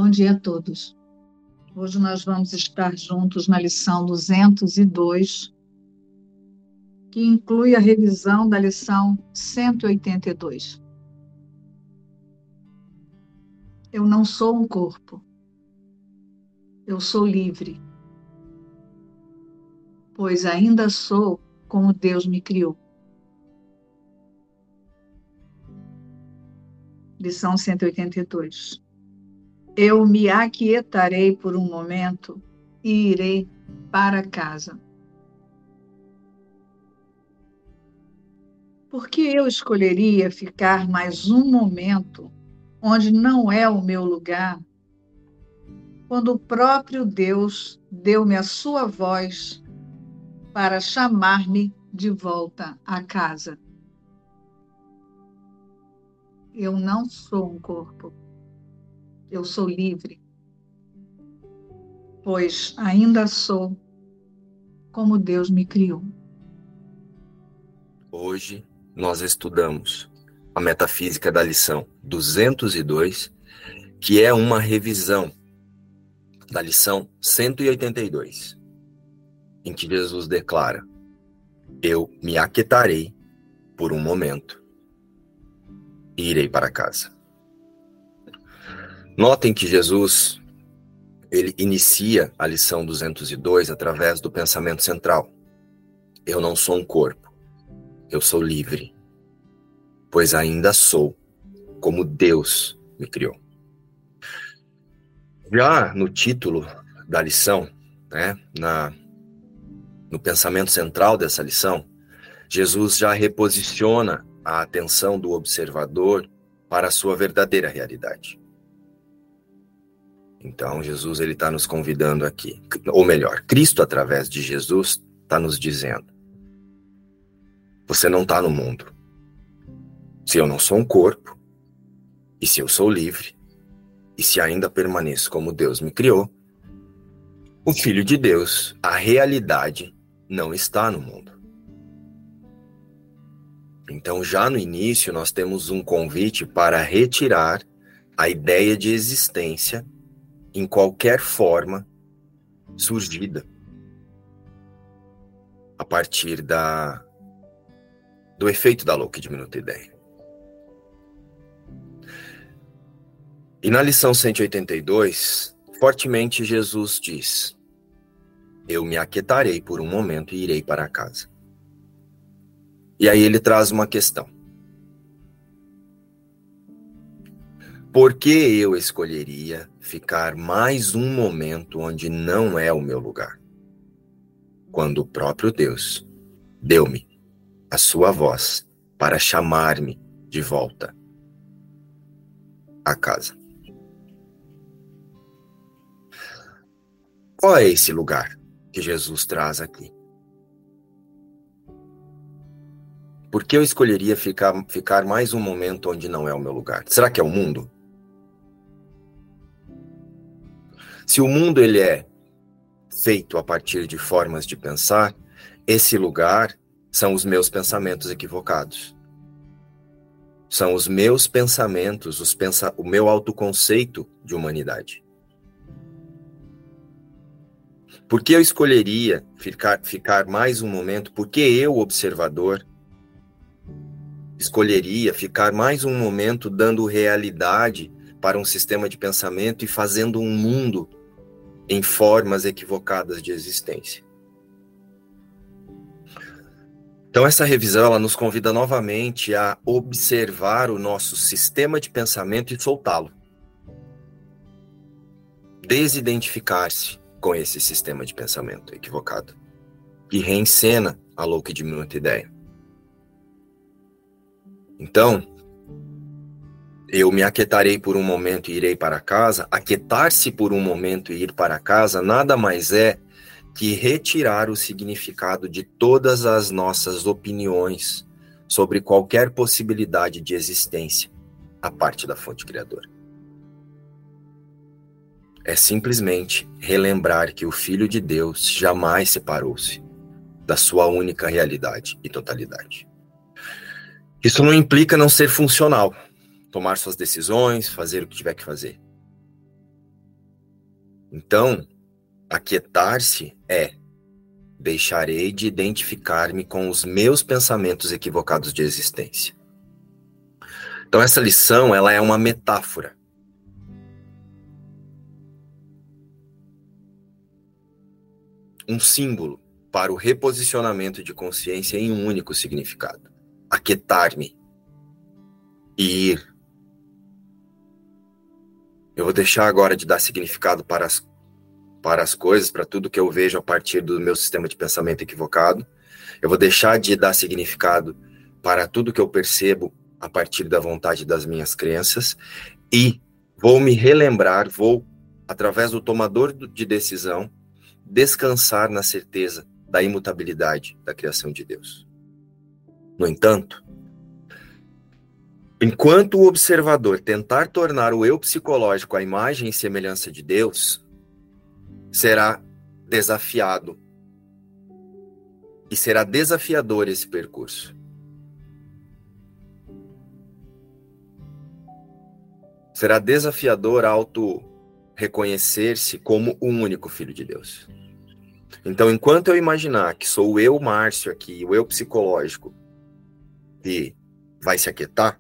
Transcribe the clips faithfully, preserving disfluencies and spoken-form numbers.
Bom dia a todos. Hoje nós vamos estar juntos na lição duzentos e dois, que inclui a revisão da lição cento e oitenta e dois. Eu não sou um corpo. Eu sou livre, pois ainda sou como Deus me criou. Lição cento e oitenta e dois. Eu me aquietarei por um momento e irei para casa. Por que eu escolheria ficar mais um momento onde não é o meu lugar, quando o próprio Deus deu-me a sua voz para chamar-me de volta a casa? Eu não sou um corpo. Eu sou livre, pois ainda sou como Deus me criou. Hoje nós estudamos a metafísica da lição duzentos e dois, que é uma revisão da lição cento e oitenta e dois, em que Jesus declara: eu me aquietarei por um momento e irei para casa. Notem que Jesus, ele inicia a lição duzentos e dois através do pensamento central. Eu não sou um corpo, eu sou livre, pois ainda sou como Deus me criou. Já no título da lição, né, na, no pensamento central dessa lição, Jesus já reposiciona a atenção do observador para a sua verdadeira realidade. Então, Jesus ele está nos convidando aqui, ou melhor, Cristo, através de Jesus, está nos dizendo: você não está no mundo. Se eu não sou um corpo, e se eu sou livre, e se ainda permaneço como Deus me criou, o Filho de Deus, a realidade, não está no mundo. Então, já no início, nós temos um convite para retirar a ideia de existência em qualquer forma surgida a partir da, do efeito da louca e diminuta ideia. E na lição cento e oitenta e dois, fortemente Jesus diz: eu me aquietarei por um momento e irei para casa. E aí ele traz uma questão. Por que eu escolheria ficar mais um momento onde não é o meu lugar, quando o próprio Deus deu-me a sua voz para chamar-me de volta a casa? Qual é esse lugar que Jesus traz aqui? Por que eu escolheria ficar, ficar mais um momento onde não é o meu lugar? Será que é o mundo? Se o mundo ele é feito a partir de formas de pensar, esse lugar são os meus pensamentos equivocados. São os meus pensamentos, os pensa, o meu autoconceito de humanidade. Por que eu escolheria ficar, ficar mais um momento? Por que eu, observador, escolheria ficar mais um momento dando realidade para um sistema de pensamento e fazendo um mundo em formas equivocadas de existência? Então essa revisão ela nos convida novamente a observar o nosso sistema de pensamento e soltá-lo. Desidentificar-se com esse sistema de pensamento equivocado, que reencena a louca e diminuta ideia. Então, eu me aquietarei por um momento e irei para casa. Aquietar-se por um momento e ir para casa nada mais é que retirar o significado de todas as nossas opiniões sobre qualquer possibilidade de existência a parte da fonte criadora. É simplesmente relembrar que o Filho de Deus jamais separou-se da sua única realidade e totalidade. Isso não implica não ser funcional, tomar suas decisões, fazer o que tiver que fazer. Então, aquietar-se é: deixarei de identificar-me com os meus pensamentos equivocados de existência. Então, essa lição, ela é uma metáfora. Um símbolo para o reposicionamento de consciência em um único significado. Aquietar-me e ir. Eu vou deixar agora de dar significado para as, para as coisas, para tudo que eu vejo a partir do meu sistema de pensamento equivocado. Eu vou deixar de dar significado para tudo que eu percebo a partir da vontade das minhas crenças e vou me relembrar, vou, através do tomador de decisão, descansar na certeza da imutabilidade da criação de Deus. No entanto, enquanto o observador tentar tornar o eu psicológico a imagem e semelhança de Deus, será desafiado. E será desafiador esse percurso. Será desafiador auto-reconhecer-se como o único filho de Deus. Então, enquanto eu imaginar que sou o eu, Márcio, aqui, o eu psicológico, e vai se aquietar,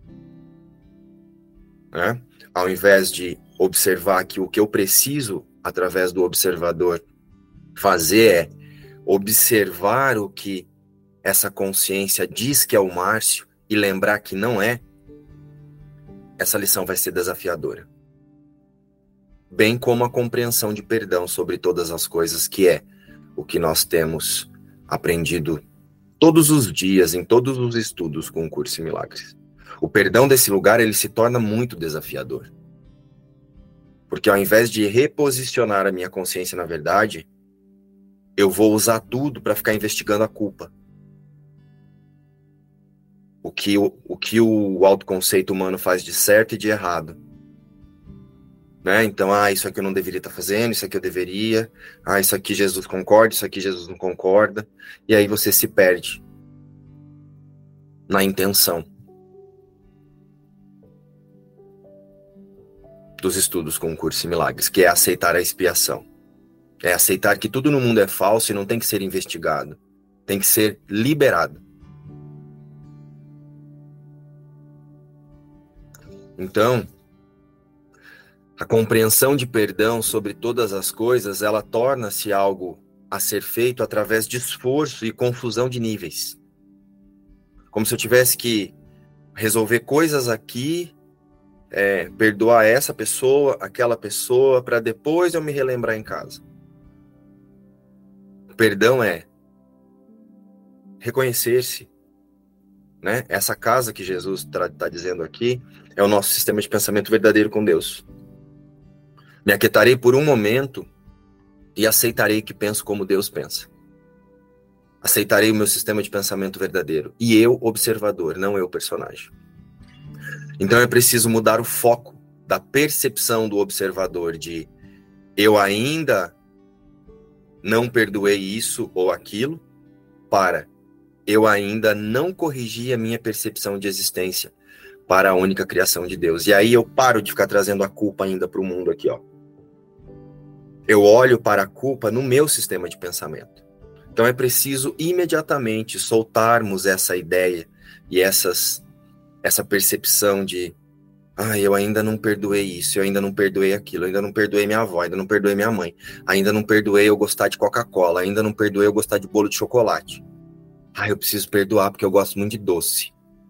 né? Ao invés de observar que o que eu preciso, através do observador, fazer é observar o que essa consciência diz que é o Márcio e lembrar que não é, essa lição vai ser desafiadora. Bem como a compreensão de perdão sobre todas as coisas, que é o que nós temos aprendido todos os dias, em todos os estudos com o Curso em Milagres. O perdão desse lugar, ele se torna muito desafiador. Porque ao invés de reposicionar a minha consciência na verdade, eu vou usar tudo para ficar investigando a culpa. O que o, o que o autoconceito humano faz de certo e de errado. Né? Então, ah, isso aqui eu não deveria estar fazendo, isso aqui eu deveria, ah, isso aqui Jesus concorda, isso aqui Jesus não concorda, e aí você se perde na intenção dos estudos com o Curso em Milagres, que é aceitar a expiação. É aceitar que tudo no mundo é falso e não tem que ser investigado, tem que ser liberado. Então, a compreensão de perdão sobre todas as coisas, ela torna-se algo a ser feito através de esforço e confusão de níveis. Como se eu tivesse que resolver coisas aqui, é, perdoar essa pessoa, aquela pessoa, para depois eu me relembrar em casa. O perdão é reconhecer-se. Né? Essa casa que Jesus está dizendo aqui é o nosso sistema de pensamento verdadeiro com Deus. Me aquietarei por um momento e aceitarei que penso como Deus pensa. Aceitarei o meu sistema de pensamento verdadeiro. E eu, observador, não eu, personagem. Então é preciso mudar o foco da percepção do observador de eu ainda não perdoei isso ou aquilo, para eu ainda não corrigi a minha percepção de existência para a única criação de Deus. E aí eu paro de ficar trazendo a culpa ainda para o mundo aqui, ó. Eu olho para a culpa no meu sistema de pensamento. Então é preciso imediatamente soltarmos essa ideia e essas, essa percepção de ah, eu ainda não perdoei isso, eu ainda não perdoei aquilo, eu ainda não perdoei minha avó, ainda não perdoei minha mãe, ainda não perdoei eu gostar de Coca-Cola, ainda não perdoei eu gostar de bolo de chocolate. Ah, eu preciso perdoar porque eu gosto muito de doce.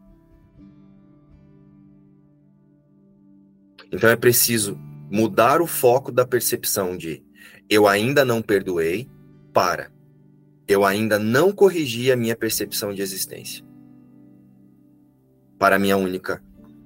Então é preciso mudar o foco da percepção de eu ainda não perdoei para eu ainda não corrigi a minha percepção de existência para a minha única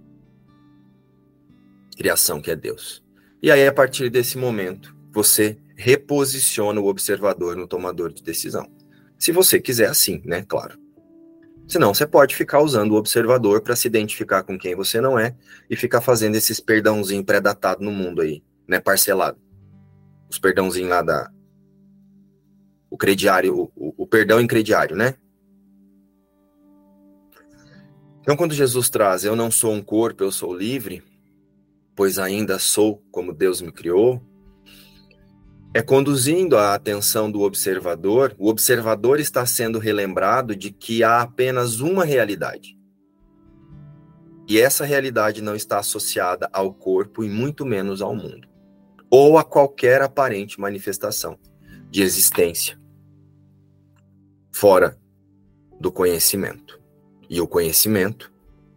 criação, que é Deus. E aí, a partir desse momento, você reposiciona o observador no tomador de decisão. Se você quiser assim, né? Claro. Senão, você pode ficar usando o observador para se identificar com quem você não é e ficar fazendo esses perdãozinhos pré-datados no mundo aí, né? Parcelado. Os perdãozinhos lá da... O crediário, o, o, o perdão em crediário, né? Então, quando Jesus traz, eu não sou um corpo, eu sou livre, pois ainda sou como Deus me criou, é conduzindo a atenção do observador, o observador está sendo relembrado de que há apenas uma realidade. E essa realidade não está associada ao corpo e muito menos ao mundo, ou a qualquer aparente manifestação de existência fora do conhecimento. E o conhecimento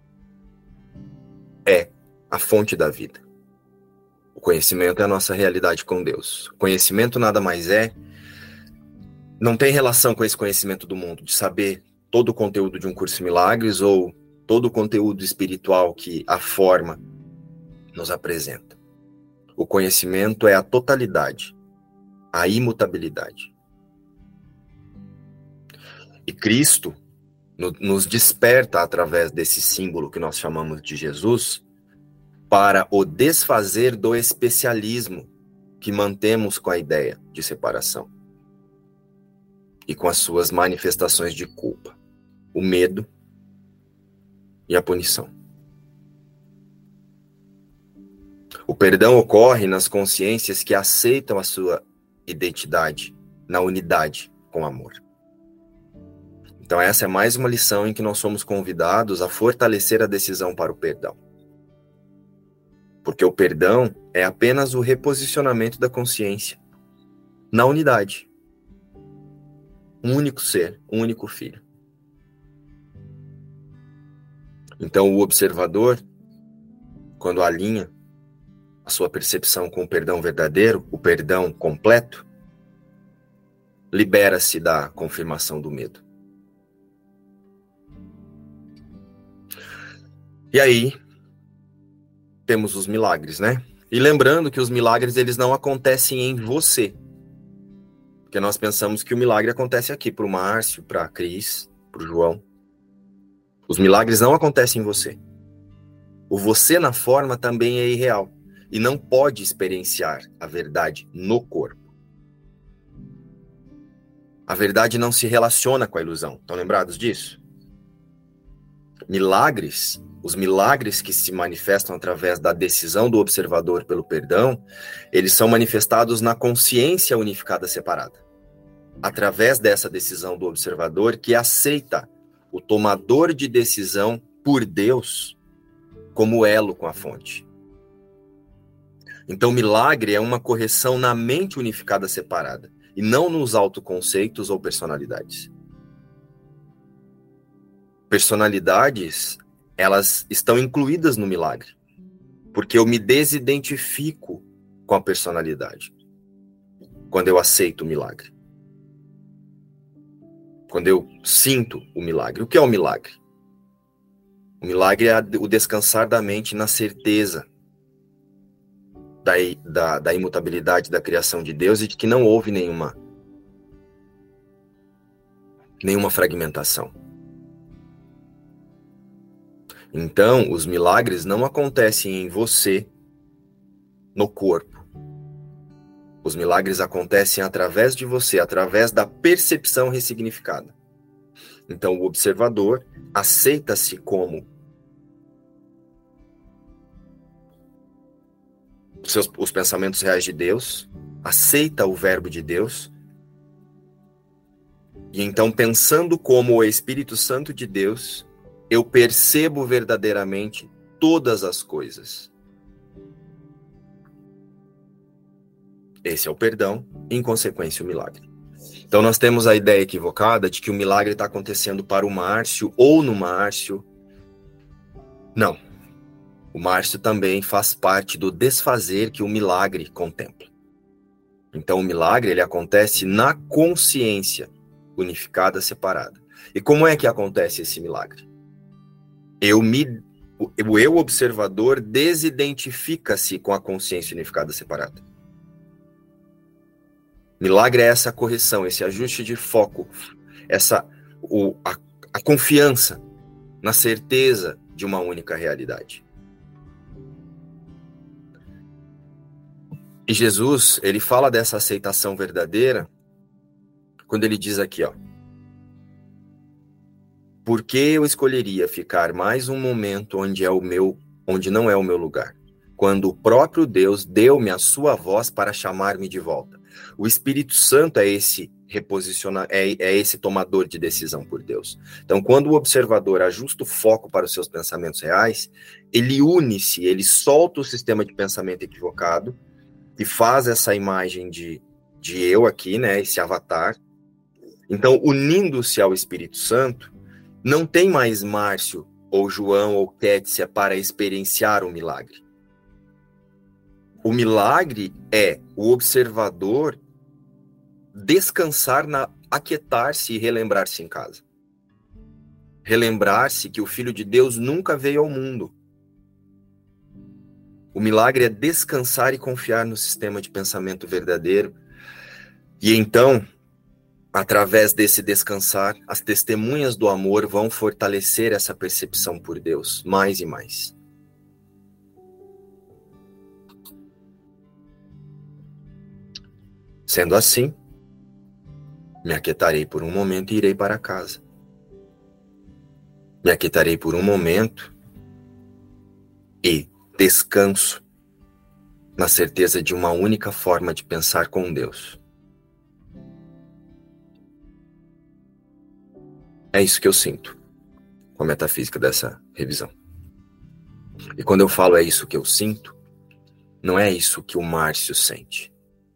é a fonte da vida. O conhecimento é a nossa realidade com Deus. O conhecimento nada mais é, não tem relação com esse conhecimento do mundo, de saber todo o conteúdo de um curso de milagres ou todo o conteúdo espiritual que a forma nos apresenta. O conhecimento é a totalidade, a imutabilidade. E Cristo no, nos desperta através desse símbolo que nós chamamos de Jesus para o desfazer do especialismo que mantemos com a ideia de separação e com as suas manifestações de culpa, o medo e a punição. O perdão ocorre nas consciências que aceitam a sua identidade na unidade com amor. Então essa é mais uma lição em que nós somos convidados a fortalecer a decisão para o perdão. Porque o perdão é apenas o reposicionamento da consciência na unidade. Um único ser, um único filho. Então o observador, quando alinha a sua percepção com o perdão verdadeiro, o perdão completo, libera-se da confirmação do medo. E aí, temos os milagres, né? E lembrando que os milagres, eles não acontecem em você. Porque nós pensamos que o milagre acontece aqui, para o Márcio, para a Cris, para o João. Os milagres não acontecem em você. O você na forma também é irreal. E não pode experienciar a verdade no corpo. A verdade não se relaciona com a ilusão. Estão lembrados disso? Milagres, os milagres que se manifestam através da decisão do observador pelo perdão, eles são manifestados na consciência unificada separada. Através dessa decisão do observador que aceita o tomador de decisão por Deus como elo com a fonte. Então, milagre é uma correção na mente unificada separada, e não nos autoconceitos ou personalidades. Personalidades, elas estão incluídas no milagre, porque eu me desidentifico com a personalidade quando eu aceito o milagre. Quando eu sinto o milagre. O que é o milagre? O milagre é o descansar da mente na certeza Da, da, da imutabilidade da criação de Deus e de que não houve nenhuma nenhuma fragmentação. Então, os milagres não acontecem em você, no corpo. Os milagres acontecem através de você, através da percepção ressignificada. Então, o observador aceita-se como Os, seus, os pensamentos reais de Deus, aceita o verbo de Deus, e então, pensando como o Espírito Santo de Deus, eu percebo verdadeiramente todas as coisas. Esse é o perdão, em consequência, o milagre. Então, nós temos a ideia equivocada de que o milagre está acontecendo para o Márcio ou no Márcio. Não. O Márcio também faz parte do desfazer que o milagre contempla. Então, o milagre ele acontece na consciência unificada, separada. E como é que acontece esse milagre? Eu me, o eu observador desidentifica-se com a consciência unificada, separada. Milagre é essa correção, esse ajuste de foco, essa o, a, a confiança na certeza de uma única realidade. E Jesus, ele fala dessa aceitação verdadeira quando ele diz aqui, ó. Por que eu escolheria ficar mais um momento onde é o meu, onde não é o meu lugar, quando o próprio Deus deu-me a sua voz para chamar-me de volta. O Espírito Santo é esse reposicionar, é, é esse tomador de decisão por Deus. Então, quando o observador ajusta o foco para os seus pensamentos reais, ele une-se, ele solta o sistema de pensamento equivocado e faz essa imagem de, de eu aqui, né, esse avatar. Então, unindo-se ao Espírito Santo, não tem mais Márcio, ou João, ou Kétia para experienciar o milagre. O milagre é o observador descansar, na aquietar-se e relembrar-se em casa. Relembrar-se que o Filho de Deus nunca veio ao mundo. O milagre é descansar e confiar no sistema de pensamento verdadeiro. E então, através desse descansar, as testemunhas do amor vão fortalecer essa percepção por Deus, mais e mais. Sendo assim, me aquietarei por um momento e irei para casa. Me aquietarei por um momento e descanso na certeza de uma única forma de pensar com Deus. É isso que eu sinto com a metafísica dessa revisão. E quando eu falo é isso que eu sinto, não é isso que o Márcio sente.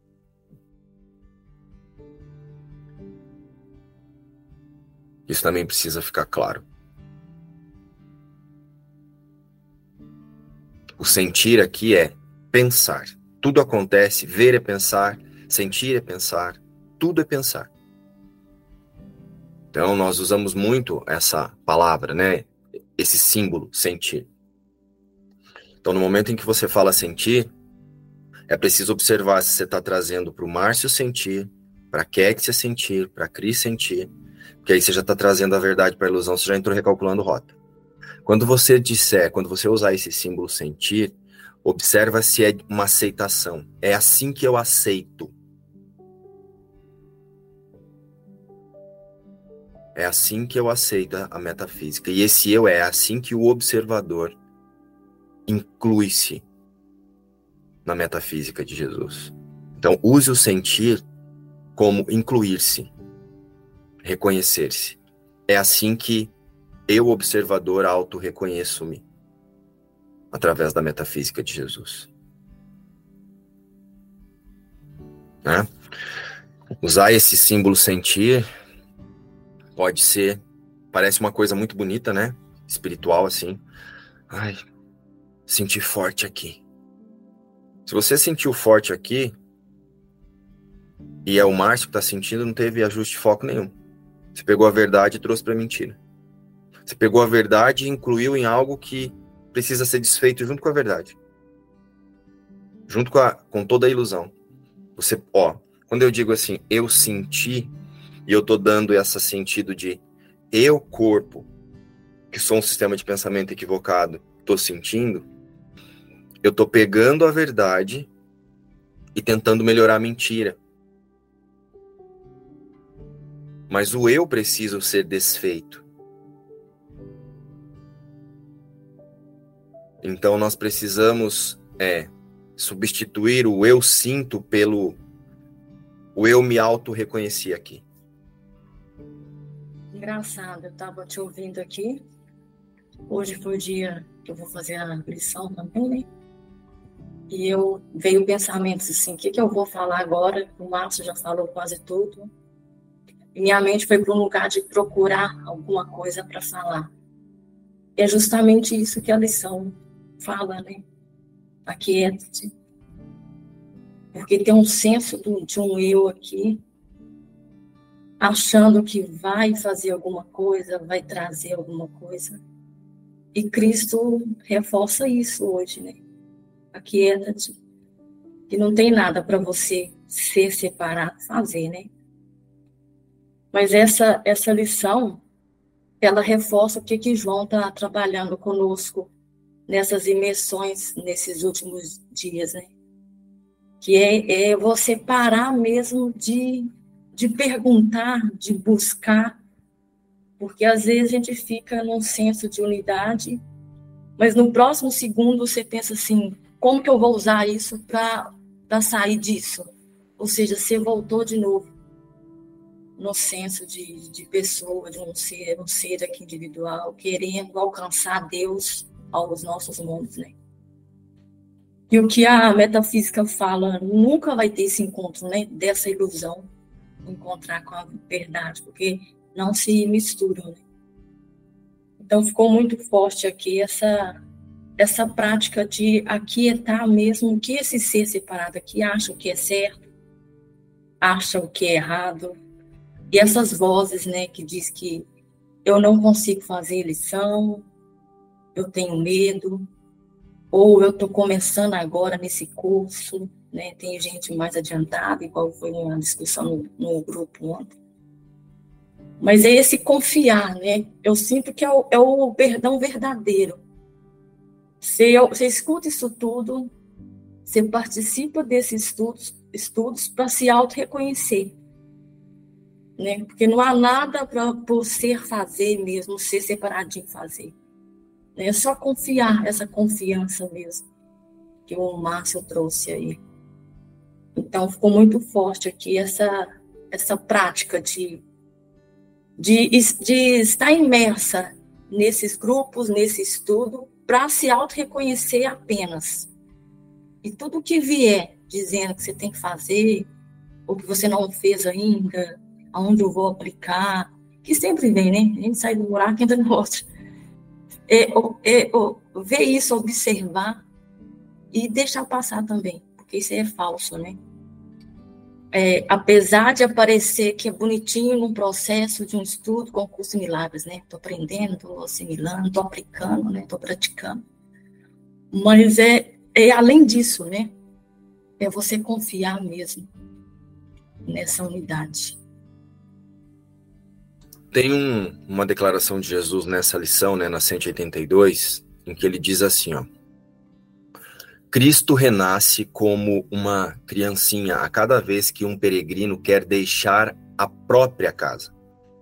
Isso também precisa ficar claro. O sentir aqui é pensar. Tudo acontece, ver é pensar, sentir é pensar, tudo é pensar. Então nós usamos muito essa palavra, né? Esse símbolo, sentir. Então no momento em que você fala sentir, é preciso observar se você está trazendo para o Márcio sentir, para a Kétia sentir, para a Cris sentir, porque aí você já está trazendo a verdade para a ilusão, você já entrou recalculando rota. Quando você disser, quando você usar esse símbolo sentir, observa se é uma aceitação. É assim que eu aceito. É assim que eu aceito a metafísica. E esse eu é assim que o observador inclui-se na metafísica de Jesus. Então, use o sentir como incluir-se, reconhecer-se. É assim que eu, observador, auto-reconheço-me através da metafísica de Jesus. Né? Usar esse símbolo sentir pode ser, parece uma coisa muito bonita, né? Espiritual, assim. Ai, senti forte aqui. Se você sentiu forte aqui, e é o Márcio que está sentindo, não teve ajuste de foco nenhum. Você pegou a verdade e trouxe para a mentira. Você pegou a verdade e incluiu em algo que precisa ser desfeito junto com a verdade. Junto com, a, com toda a ilusão. Você, ó, quando eu digo assim, eu senti, e eu tô dando esse sentido de eu, corpo, que sou um sistema de pensamento equivocado, tô sentindo, eu tô pegando a verdade e tentando melhorar a mentira. Mas o eu preciso ser desfeito. Então nós precisamos é, substituir o eu sinto pelo o eu me auto-reconheci aqui. Engraçado, eu estava te ouvindo aqui. Hoje foi o dia que eu vou fazer a lição também, né? E eu veio pensamentos assim, o que, que eu vou falar agora? O Márcio já falou quase tudo. E minha mente foi para um lugar de procurar alguma coisa para falar. É justamente isso que a lição fala, né? Aquieta-te. Porque tem um senso de um eu aqui, achando que vai fazer alguma coisa, vai trazer alguma coisa. E Cristo reforça isso hoje, né? Aquieta-te. Que não tem nada para você ser separado, fazer, né? Mas essa, essa lição, ela reforça o que, que João está trabalhando conosco nessas imersões, nesses últimos dias, né? Que é, é você parar mesmo de, de perguntar, de buscar, porque às vezes a gente fica num senso de unidade, mas no próximo segundo você pensa assim, como que eu vou usar isso para sair disso? Ou seja, você voltou de novo no senso de, de pessoa, de um ser, um ser aqui individual, querendo alcançar Deus aos nossos mundos, né? E o que a metafísica fala, nunca vai ter esse encontro, né? Dessa ilusão, encontrar com a verdade, porque não se misturam, né? Então ficou muito forte aqui essa, essa prática de aquietar mesmo que esse ser separado aqui acha o que é certo, acha o que é errado. E essas vozes, né, que diz que eu não consigo fazer lição, eu tenho medo, ou eu estou começando agora nesse curso, né? Tem gente mais adiantada, igual foi uma discussão no, no grupo ontem. Mas é esse confiar, né? Eu sinto que é o, é o perdão verdadeiro. Você, você escuta isso tudo, você participa desses estudos, estudos para se auto-reconhecer. Né? Porque não há nada para por ser fazer mesmo, ser separadinho fazer. É só confiar, essa confiança mesmo, que o Márcio trouxe aí. Então, ficou muito forte aqui essa, essa prática de, de, de estar imersa nesses grupos, nesse estudo, para se auto-reconhecer apenas. E tudo que vier dizendo que você tem que fazer, ou que você não fez ainda, aonde eu vou aplicar, que sempre vem, né? A gente sai do buraco e entra no outro. É, é, é, ver isso, observar e deixar passar também, porque isso é falso, né? É, apesar de aparecer que é bonitinho num processo de um estudo, concurso milagres, né? Estou aprendendo, estou assimilando, estou aplicando, né? Estou praticando. Mas é, é além disso, né? É você confiar mesmo nessa unidade. Tem um, uma declaração de Jesus nessa lição, né, na cento e oitenta e dois, em que ele diz assim, ó: Cristo renasce como uma criancinha a cada vez que um peregrino quer deixar a própria casa.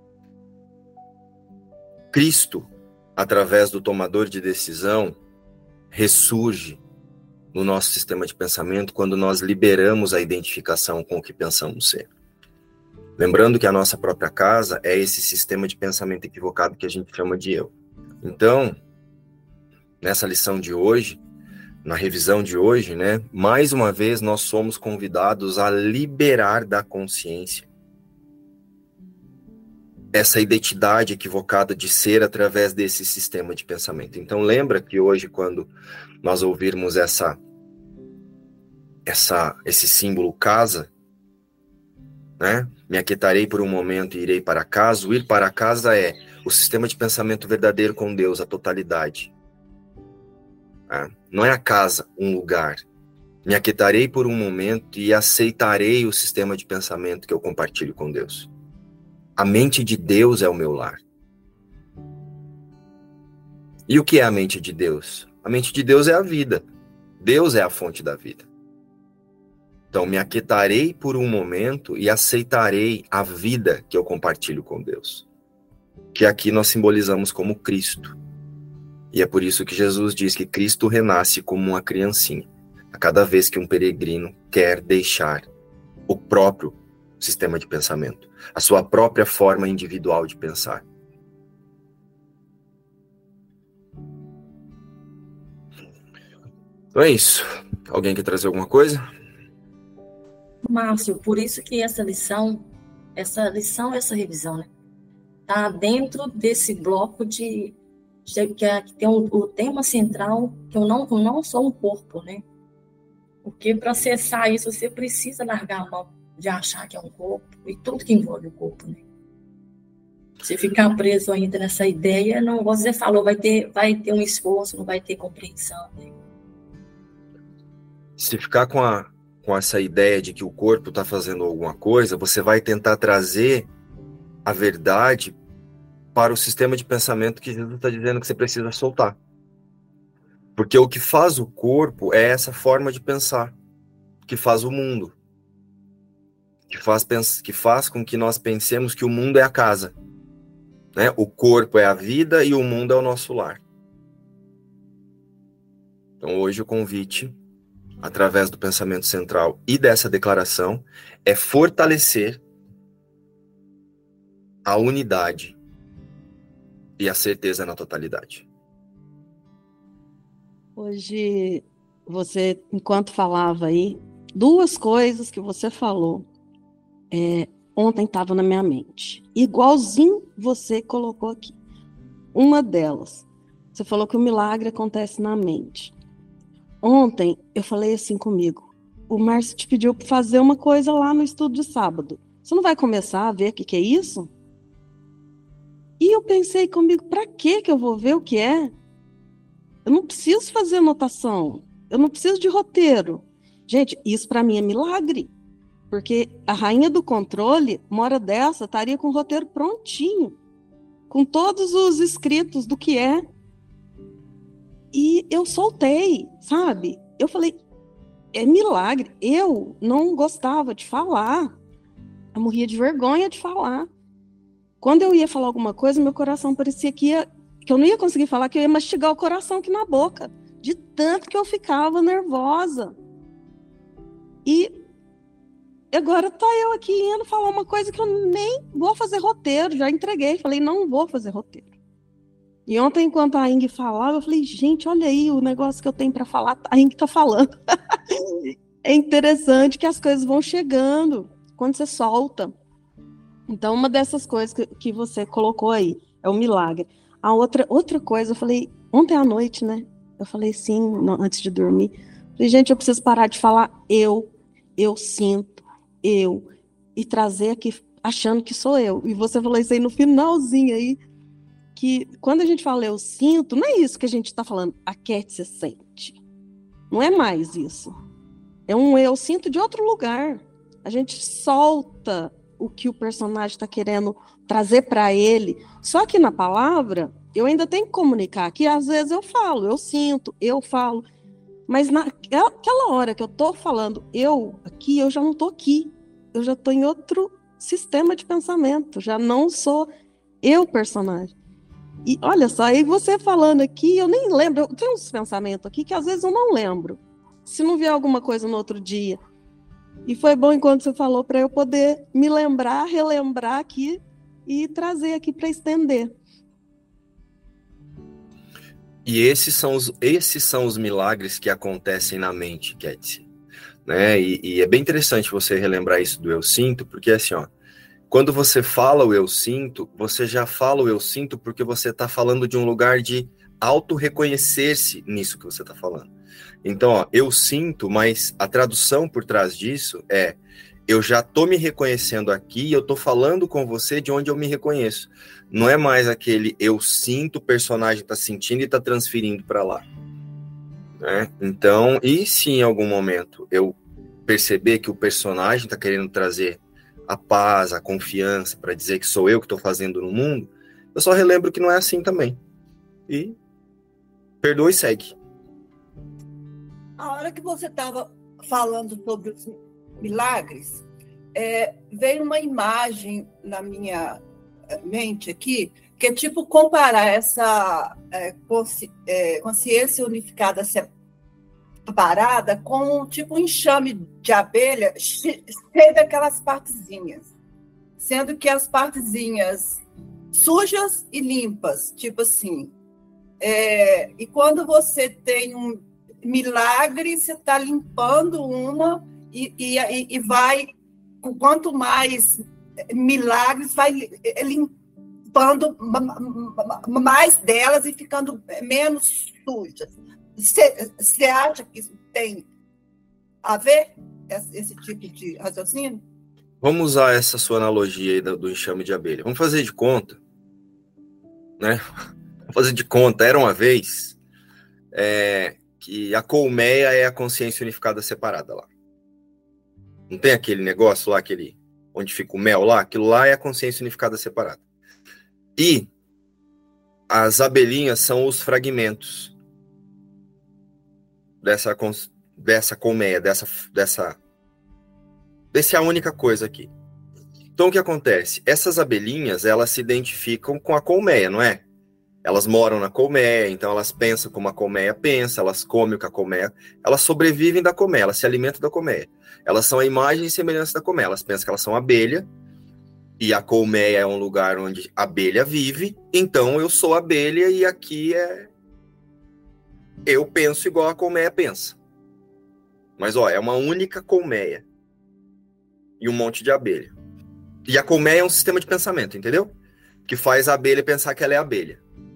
Cristo, através do tomador de decisão, ressurge no nosso sistema de pensamento quando nós liberamos a identificação com o que pensamos ser. Lembrando que a nossa própria casa é esse sistema de pensamento equivocado que a gente chama de eu. Então, nessa lição de hoje, na revisão de hoje, né, mais uma vez nós somos convidados a liberar da consciência essa identidade equivocada de ser através desse sistema de pensamento. Então, lembra que hoje, quando nós ouvirmos essa, essa, esse símbolo casa, né? Me aquietarei por um momento e irei para casa. O ir para casa é o sistema de pensamento verdadeiro com Deus, a totalidade. Né? Não é a casa, um lugar. Me aquietarei por um momento e aceitarei o sistema de pensamento que eu compartilho com Deus. A mente de Deus é o meu lar. E o que é a mente de Deus? A mente de Deus é a vida. Deus é a fonte da vida. Então, me aquietarei por um momento e aceitarei a vida que eu compartilho com Deus. Que aqui nós simbolizamos como Cristo. E é por isso que Jesus diz que Cristo renasce como uma criancinha, a cada vez que um peregrino quer deixar o próprio sistema de pensamento, a sua própria forma individual de pensar. Então é isso. Alguém quer trazer alguma coisa? Márcio, por isso que essa lição, essa lição, essa revisão, né, tá dentro desse bloco de, de que, é, que tem o, o tema central, que eu não, eu não sou um corpo, né? Porque para acessar isso, você precisa largar a mão de achar que é um corpo e tudo que envolve o corpo, né? Se ficar preso ainda nessa ideia, não, você falou, vai ter, vai ter um esforço, não vai ter compreensão, né? Se ficar com a com essa ideia de que o corpo está fazendo alguma coisa, você vai tentar trazer a verdade para o sistema de pensamento que Jesus está dizendo que você precisa soltar. Porque o que faz o corpo é essa forma de pensar, que faz o mundo, que faz, que faz com que nós pensemos que o mundo é a casa, né? O corpo é a vida e o mundo é o nosso lar. Então hoje o convite através do pensamento central e dessa declaração, é fortalecer a unidade e a certeza na totalidade. Hoje, você, enquanto falava aí, duas coisas que você falou, é, ontem estava na minha mente, igualzinho você colocou aqui. Uma delas, você falou que o milagre acontece na mente. Ontem, eu falei assim comigo, o Márcio te pediu para fazer uma coisa lá no estudo de sábado. Você não vai começar a ver o que, que é isso? E eu pensei comigo, para que que eu vou ver o que é? Eu não preciso fazer anotação, eu não preciso de roteiro. Gente, isso para mim é milagre, porque a rainha do controle, uma hora dessa, estaria com o roteiro prontinho, com todos os escritos do que é. E eu soltei, sabe? Eu falei, é milagre. Eu não gostava de falar, eu morria de vergonha de falar. Quando eu ia falar alguma coisa, meu coração parecia que ia... que eu não ia conseguir falar, que eu ia mastigar o coração aqui na boca, de tanto que eu ficava nervosa. E agora tá eu aqui indo falar uma coisa que eu nem vou fazer roteiro, já entreguei, falei, não vou fazer roteiro. E ontem, enquanto a Ing falava, eu falei, gente, olha aí o negócio que eu tenho para falar, a Ing tá falando. É interessante que as coisas vão chegando quando você solta. Então, uma dessas coisas que, que você colocou aí é o milagre. A outra, outra coisa, eu falei, ontem à noite, né? Eu falei sim, não, antes de dormir. Falei, gente, eu preciso parar de falar eu, eu sinto, eu, e trazer aqui achando que sou eu. E você falou isso aí no finalzinho aí, que quando a gente fala eu sinto, não é isso que a gente está falando, a Cat se sente. Não é mais isso. É um eu sinto de outro lugar. A gente solta o que o personagem está querendo trazer para ele. Só que na palavra, eu ainda tenho que comunicar, que às vezes eu falo, eu sinto, eu falo, mas naquela hora que eu estou falando eu aqui, eu já não estou aqui, eu já estou em outro sistema de pensamento, já não sou eu personagem. E olha só, aí você falando aqui, eu nem lembro, eu tenho uns pensamentos aqui que às vezes eu não lembro, se não vier alguma coisa no outro dia. E foi bom enquanto você falou para eu poder me lembrar, relembrar aqui e trazer aqui para estender. E esses são os, esses são os milagres que acontecem na mente, Cat. Né? E, e é bem interessante você relembrar isso do eu sinto, porque assim, ó, quando você fala o eu sinto, você já fala o eu sinto porque você está falando de um lugar de auto-reconhecer-se nisso que você está falando. Então, ó, eu sinto, mas a tradução por trás disso é eu já estou me reconhecendo aqui e eu estou falando com você de onde eu me reconheço. Não é mais aquele eu sinto, o personagem está sentindo e está transferindo para lá. Né? Então, e se em algum momento eu perceber que o personagem está querendo trazer a paz, a confiança, para dizer que sou eu que estou fazendo no mundo, eu só relembro que não é assim também. E perdoa e segue. A hora que você estava falando sobre os milagres, é, veio uma imagem na minha mente aqui, que é tipo comparar essa é, consci, é, consciência unificada separada com tipo um enxame de abelha cheio daquelas partezinhas, sendo que as partezinhas sujas e limpas, tipo assim. É, e quando você tem um milagre, você está limpando uma e, e, e vai, quanto mais milagres, vai limpando mais delas e ficando menos sujas. Você acha que isso tem a ver, esse tipo de raciocínio? Vamos usar essa sua analogia aí do, do enxame de abelha. Vamos fazer de conta, né? Vamos fazer de conta. Era uma vez é, que a colmeia é a consciência unificada separada lá. Não tem aquele negócio lá, aquele onde fica o mel lá? Aquilo lá é a consciência unificada separada. E as abelhinhas são os fragmentos dessa, dessa colmeia, dessa, dessa, dessa é a única coisa aqui. Então, o que acontece? Essas abelhinhas, elas se identificam com a colmeia, não é? Elas moram na colmeia, então elas pensam como a colmeia pensa, elas comem o que a colmeia... Elas sobrevivem da colmeia, elas se alimentam da colmeia. Elas são a imagem e semelhança da colmeia. Elas pensam que elas são abelha, e a colmeia é um lugar onde a abelha vive, então eu sou abelha e aqui é... Eu penso igual a colmeia pensa. Mas, ó, é uma única colmeia. E um monte de abelha. E a colmeia é um sistema de pensamento, entendeu? Que faz a abelha pensar que ela é abelha.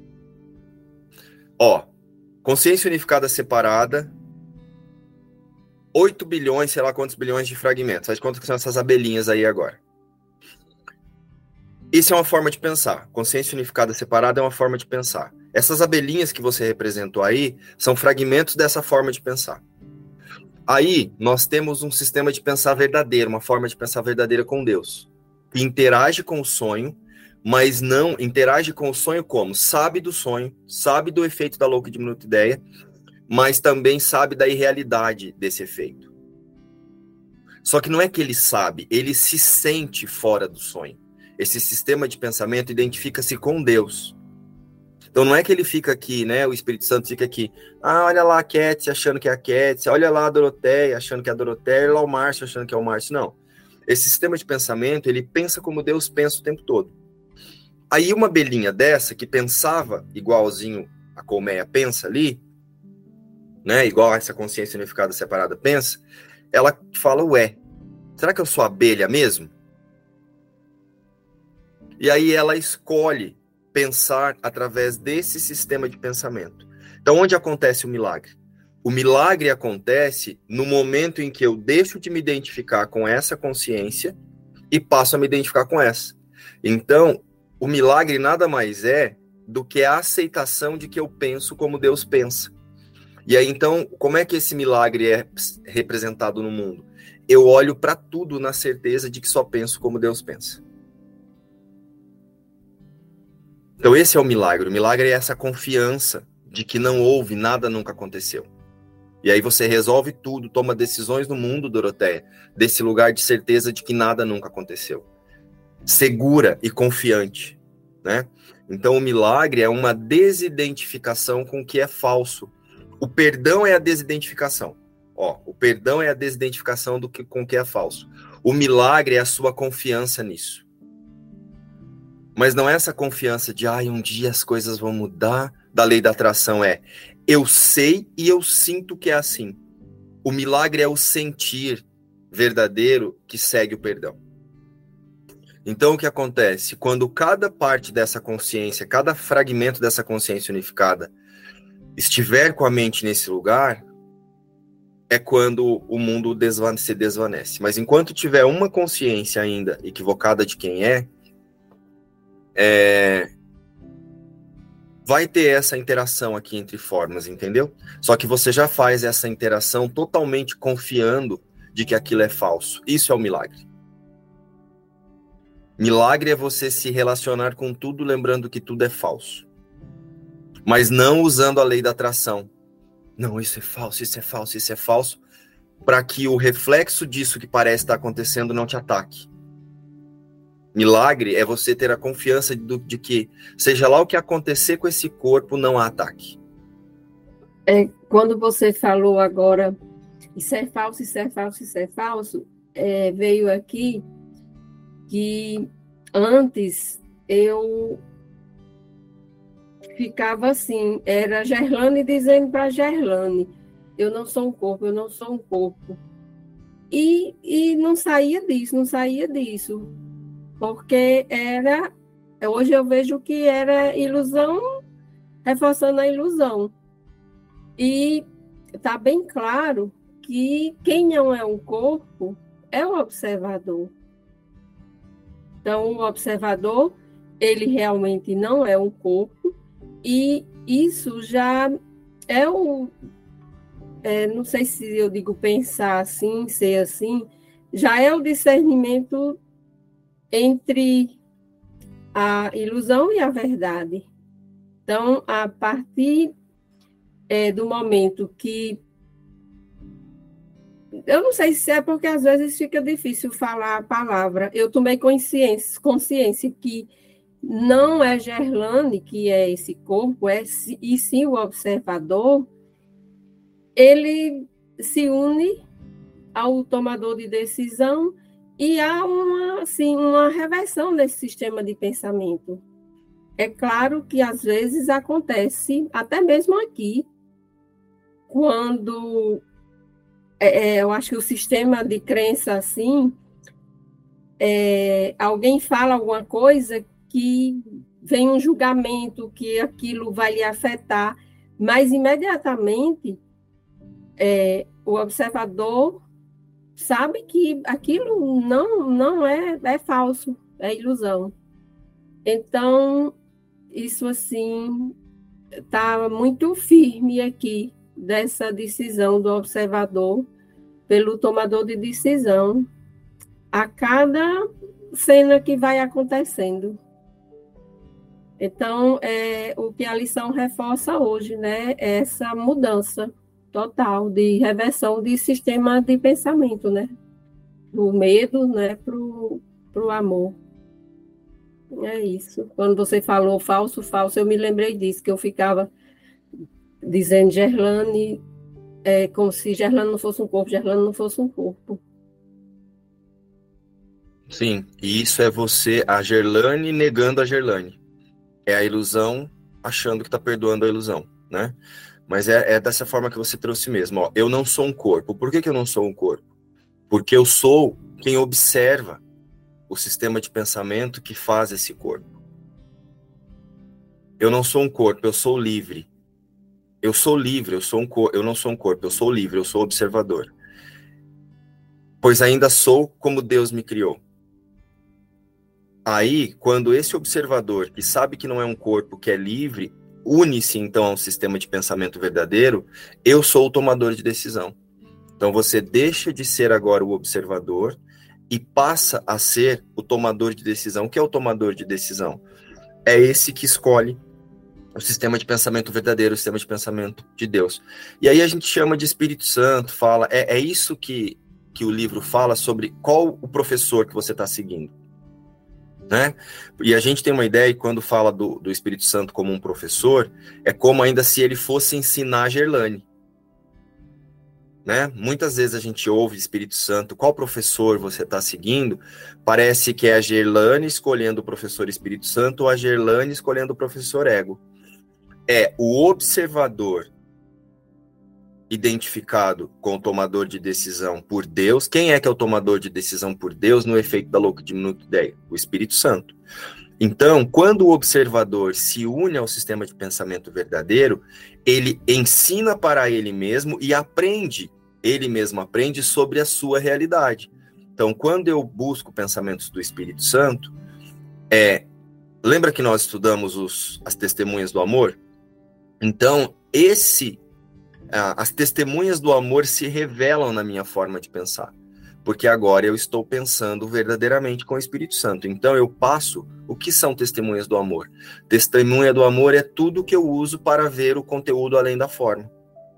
Ó, consciência unificada separada, oito bilhões, sei lá quantos bilhões de fragmentos. Faz conta que são essas abelhinhas aí agora. Isso é uma forma de pensar. Consciência unificada separada é uma forma de pensar. Essas abelhinhas que você representou aí são fragmentos dessa forma de pensar. Aí, nós temos um sistema de pensar verdadeiro, uma forma de pensar verdadeira com Deus, que interage com o sonho, mas não interage com o sonho como? Sabe do sonho, sabe do efeito da louca e diminuta ideia, mas também sabe da irrealidade desse efeito. Só que não é que ele sabe, ele se sente fora do sonho. Esse sistema de pensamento identifica-se com Deus. Então não é que ele fica aqui, né? O Espírito Santo fica aqui. Ah, olha lá a Kétia achando que é a Kétia. Olha lá a Doroteia achando que é a Doroteia. Olha lá o Márcio achando que é o Márcio. Não. Esse sistema de pensamento, ele pensa como Deus pensa o tempo todo. Aí uma abelhinha dessa, que pensava igualzinho a colmeia pensa ali, né? Igual essa consciência unificada separada pensa, ela fala, ué, será que eu sou abelha mesmo? E aí ela escolhe pensar através desse sistema de pensamento. Então, onde acontece o milagre? O milagre acontece no momento em que eu deixo de me identificar com essa consciência e passo a me identificar com essa. Então, o milagre nada mais é do que a aceitação de que eu penso como Deus pensa. E aí, então, como é que esse milagre é representado no mundo? Eu olho para tudo na certeza de que só penso como Deus pensa. Então esse é o milagre. O milagre é essa confiança de que não houve, nada nunca aconteceu. E aí você resolve tudo, toma decisões no mundo, Doroteia, desse lugar de certeza de que nada nunca aconteceu. Segura e confiante, né? Então o milagre é uma desidentificação com o que é falso. O perdão é a desidentificação. Ó, o perdão é a desidentificação do que, com o que é falso. O milagre é a sua confiança nisso. Mas não é essa confiança de, ai, um dia as coisas vão mudar, da lei da atração, é, eu sei e eu sinto que é assim. O milagre é o sentir verdadeiro que segue o perdão. Então, o que acontece? Quando cada parte dessa consciência, cada fragmento dessa consciência unificada estiver com a mente nesse lugar, é quando o mundo desvane- se desvanece. Mas enquanto tiver uma consciência ainda equivocada de quem é, É, vai ter essa interação aqui entre formas, entendeu? Só que você já faz essa interação totalmente confiando de que aquilo é falso. Isso é o milagre. Milagre é você se relacionar com tudo lembrando que tudo é falso. Mas não usando a lei da atração. Não, isso é falso, isso é falso, isso é falso, para que o reflexo disso que parece estar acontecendo não te ataque. Milagre é você ter a confiança de, de que, seja lá o que acontecer com esse corpo, não há ataque. É, quando você falou agora, isso é falso, isso é falso, isso é falso, é, veio aqui que antes eu ficava assim, era Gerlane dizendo para Gerlane, eu não sou um corpo, eu não sou um corpo. E, e não saía disso, não saía disso. Porque era, hoje eu vejo que era ilusão, reforçando a ilusão. E está bem claro que quem não é um corpo é o observador. Então, o observador, ele realmente não é um corpo, e isso já é o, é, não sei se eu digo pensar assim, ser assim, já é o discernimento entre a ilusão e a verdade. Então, a partir é, do momento que... Eu não sei se é porque às vezes fica difícil falar a palavra. Eu tomei consciência, consciência que não é Gerlane que é esse corpo, é, e sim o observador, ele se une ao tomador de decisão e há uma, assim, uma reversão desse sistema de pensamento. É claro que às vezes acontece, até mesmo aqui, quando é, eu acho que o sistema de crença assim, é, alguém fala alguma coisa que vem um julgamento, que aquilo vai lhe afetar, mas imediatamente é, o observador sabe que aquilo não, não é, é falso, é ilusão. Então, isso assim está muito firme aqui, dessa decisão do observador pelo tomador de decisão a cada cena que vai acontecendo. Então, é o que a lição reforça hoje, né? Essa mudança total de reversão de sistema de pensamento, né? Do medo, né, para o amor. É isso. Quando você falou falso, falso, eu me lembrei disso, que eu ficava dizendo Gerlane, é, como se Gerlane não fosse um corpo, Gerlane não fosse um corpo. Sim, e isso é você, a Gerlane, negando a Gerlane. É a ilusão achando que está perdoando a ilusão, né? Mas é, é dessa forma que você trouxe mesmo. Ó, eu não sou um corpo. Por que, que eu não sou um corpo? Porque eu sou quem observa o sistema de pensamento que faz esse corpo. Eu não sou um corpo, eu sou livre. Eu sou livre, eu, sou um cor... eu não sou um corpo, eu sou livre, eu sou observador. Pois ainda sou como Deus me criou. Aí, quando esse observador, que sabe que não é um corpo, que é livre, une-se então a um sistema de pensamento verdadeiro, eu sou o tomador de decisão. Então você deixa de ser agora o observador e passa a ser o tomador de decisão. O que é o tomador de decisão? É esse que escolhe o sistema de pensamento verdadeiro, o sistema de pensamento de Deus. E aí a gente chama de Espírito Santo, fala, é, é isso que, que o livro fala sobre qual o professor que você está seguindo. Né? E a gente tem uma ideia, quando fala do, do Espírito Santo como um professor, é como ainda se ele fosse ensinar a Gerlane. Né? Muitas vezes a gente ouve Espírito Santo, qual professor você está seguindo? Parece que é a Gerlane escolhendo o professor Espírito Santo ou a Gerlane escolhendo o professor Ego. É o observador identificado com o tomador de decisão por Deus. Quem é que é o tomador de decisão por Deus no efeito da louca diminuta ideia? O Espírito Santo. Então, quando o observador se une ao sistema de pensamento verdadeiro, ele ensina para ele mesmo e aprende, ele mesmo aprende sobre a sua realidade. Então, quando eu busco pensamentos do Espírito Santo, é, lembra que nós estudamos os, as testemunhas do amor? Então, esse as testemunhas do amor se revelam na minha forma de pensar, porque agora eu estou pensando verdadeiramente com o Espírito Santo. Então eu passo, o que são testemunhas do amor? Testemunha do amor é tudo que eu uso para ver o conteúdo além da forma.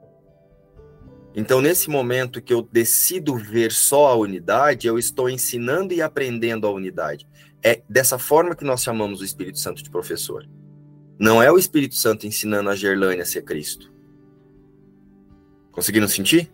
Então nesse momento que eu decido ver só a unidade, eu estou ensinando e aprendendo a unidade. É dessa forma que nós chamamos o Espírito Santo de professor. Não é o Espírito Santo ensinando a Gerlane a ser Cristo. Conseguiram sentir?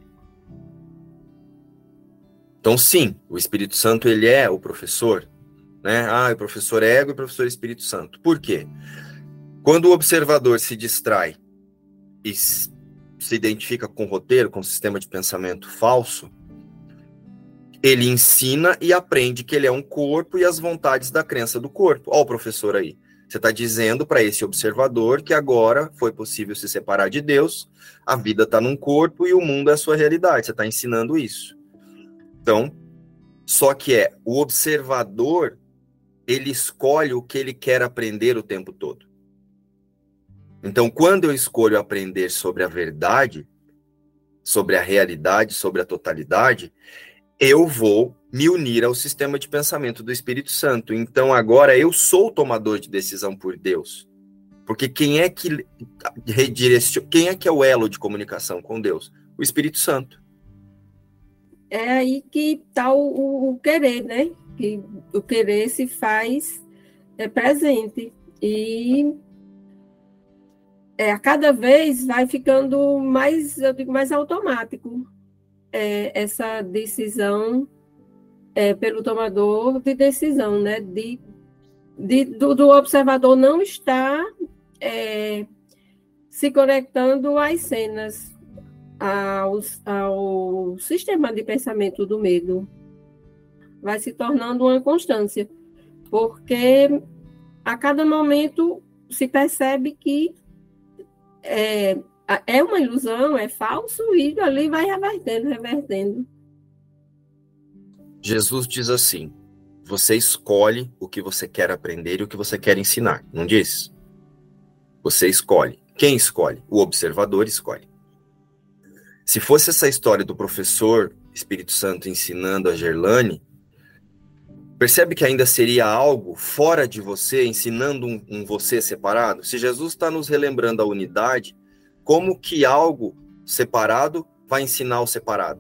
Então, sim, o Espírito Santo, ele é o professor, né? Ah, o professor Ego e o professor Espírito Santo. Por quê? Quando o observador se distrai e se identifica com o roteiro, com o sistema de pensamento falso, ele ensina e aprende que ele é um corpo e as vontades da crença do corpo. Olha o professor aí. Você está dizendo para esse observador que agora foi possível se separar de Deus, a vida está num corpo e o mundo é a sua realidade. Você está ensinando isso. Então, só que é o observador, ele escolhe o que ele quer aprender o tempo todo. Então, quando eu escolho aprender sobre a verdade, sobre a realidade, sobre a totalidade, eu vou me unir ao sistema de pensamento do Espírito Santo. Então, agora eu sou o tomador de decisão por Deus. Porque quem é que redireciona, quem é que é o elo de comunicação com Deus? O Espírito Santo. É aí que está o, o querer, né? Que o querer se faz é presente. E é, a cada vez vai ficando mais, eu digo, mais automático é, essa decisão é, pelo tomador de decisão, né? De, de, do, do observador não estar é, se conectando às cenas, aos, ao sistema de pensamento do medo. Vai se tornando uma constância, porque a cada momento se percebe que é, é uma ilusão, é falso, e ali vai revertendo, revertendo. Jesus diz assim: você escolhe o que você quer aprender e o que você quer ensinar, não diz? Você escolhe. Quem escolhe? O observador escolhe. Se fosse essa história do professor Espírito Santo ensinando a Gerlane, percebe que ainda seria algo fora de você, ensinando um, um você separado? Se Jesus está nos relembrando a unidade, como que algo separado vai ensinar o separado?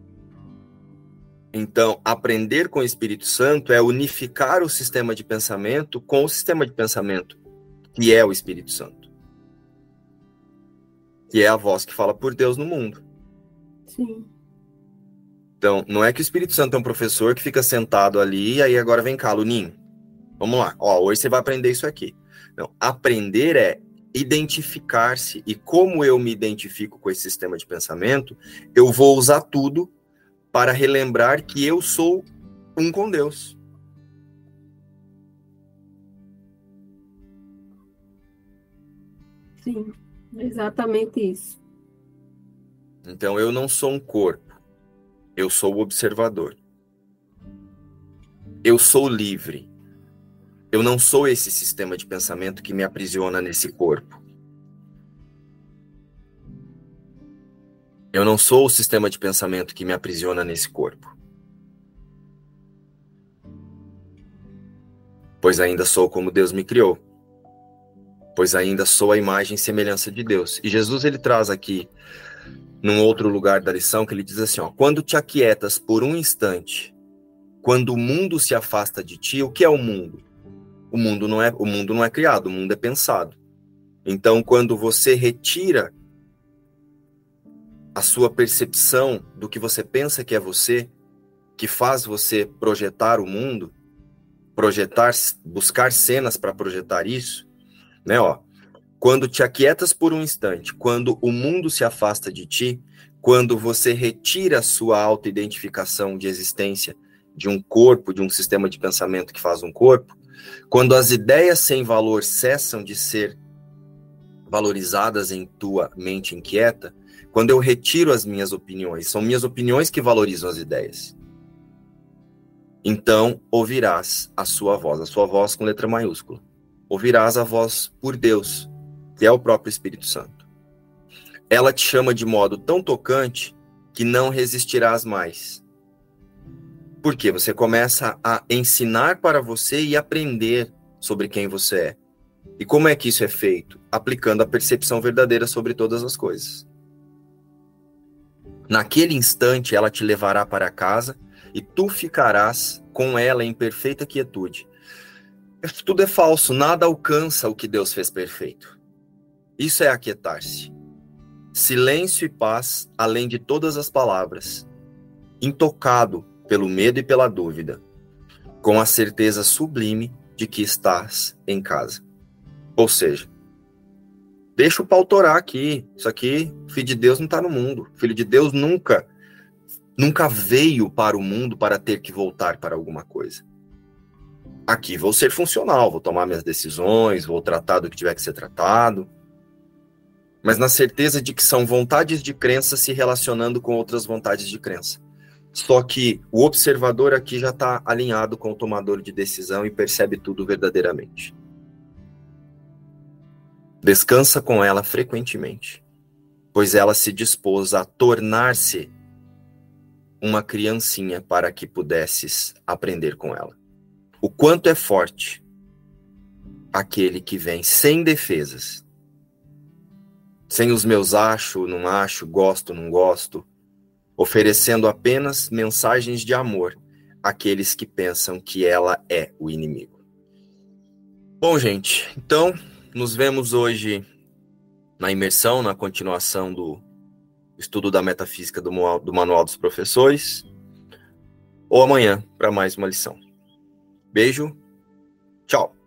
Então, aprender com o Espírito Santo é unificar o sistema de pensamento com o sistema de pensamento, que é o Espírito Santo. Que é a voz que fala por Deus no mundo. Sim. Então, não é que o Espírito Santo é um professor que fica sentado ali e aí agora vem cá, Luninho. Vamos lá. Ó, hoje você vai aprender isso aqui. Não, aprender é identificar-se. E como eu me identifico com esse sistema de pensamento, eu vou usar tudo para relembrar que eu sou um com Deus. Sim, exatamente isso. Então, eu não sou um corpo. Eu sou o observador. Eu sou livre. Eu não sou esse sistema de pensamento que me aprisiona nesse corpo. Eu não sou o sistema de pensamento que me aprisiona nesse corpo. Pois ainda sou como Deus me criou. Pois ainda sou a imagem e semelhança de Deus. E Jesus, ele traz aqui, num outro lugar da lição, que ele diz assim, ó, quando te aquietas por um instante, quando o mundo se afasta de ti, o que é o mundo? O mundo não é, o mundo não é criado, o mundo é pensado. Então, quando você retira a sua percepção do que você pensa que é você, que faz você projetar o mundo, projetar, buscar cenas para projetar isso, né, ó, quando te aquietas por um instante, quando o mundo se afasta de ti, quando você retira a sua auto-identificação de existência de um corpo, de um sistema de pensamento que faz um corpo, quando as ideias sem valor cessam de ser valorizadas em tua mente inquieta, quando eu retiro as minhas opiniões, são minhas opiniões que valorizam as ideias. Então, ouvirás a sua voz, a sua voz com letra maiúscula. Ouvirás a voz por Deus, que é o próprio Espírito Santo. Ela te chama de modo tão tocante que não resistirás mais. Por quê? Você começa a ensinar para você e aprender sobre quem você é. E como é que isso é feito? Aplicando a percepção verdadeira sobre todas as coisas. Naquele instante, ela te levará para casa e tu ficarás com ela em perfeita quietude. Tudo é falso, nada alcança o que Deus fez perfeito. Isso é aquietar-se. Silêncio e paz, além de todas as palavras. Intocado pelo medo e pela dúvida. Com a certeza sublime de que estás em casa. Ou seja, deixa o pau torar aqui. Isso aqui, o Filho de Deus não está no mundo. O Filho de Deus nunca, nunca veio para o mundo para ter que voltar para alguma coisa. Aqui vou ser funcional, vou tomar minhas decisões, vou tratar do que tiver que ser tratado. Mas na certeza de que são vontades de crença se relacionando com outras vontades de crença. Só que o observador aqui já está alinhado com o tomador de decisão e percebe tudo verdadeiramente. Descansa com ela frequentemente, pois ela se dispôs a tornar-se uma criancinha para que pudesses aprender com ela. O quanto é forte aquele que vem sem defesas, sem os meus acho, não acho, gosto, não gosto, oferecendo apenas mensagens de amor àqueles que pensam que ela é o inimigo. Bom, gente, então nos vemos hoje na imersão, na continuação do estudo da metafísica do, do Manual dos Professores, ou amanhã para mais uma lição. Beijo, tchau!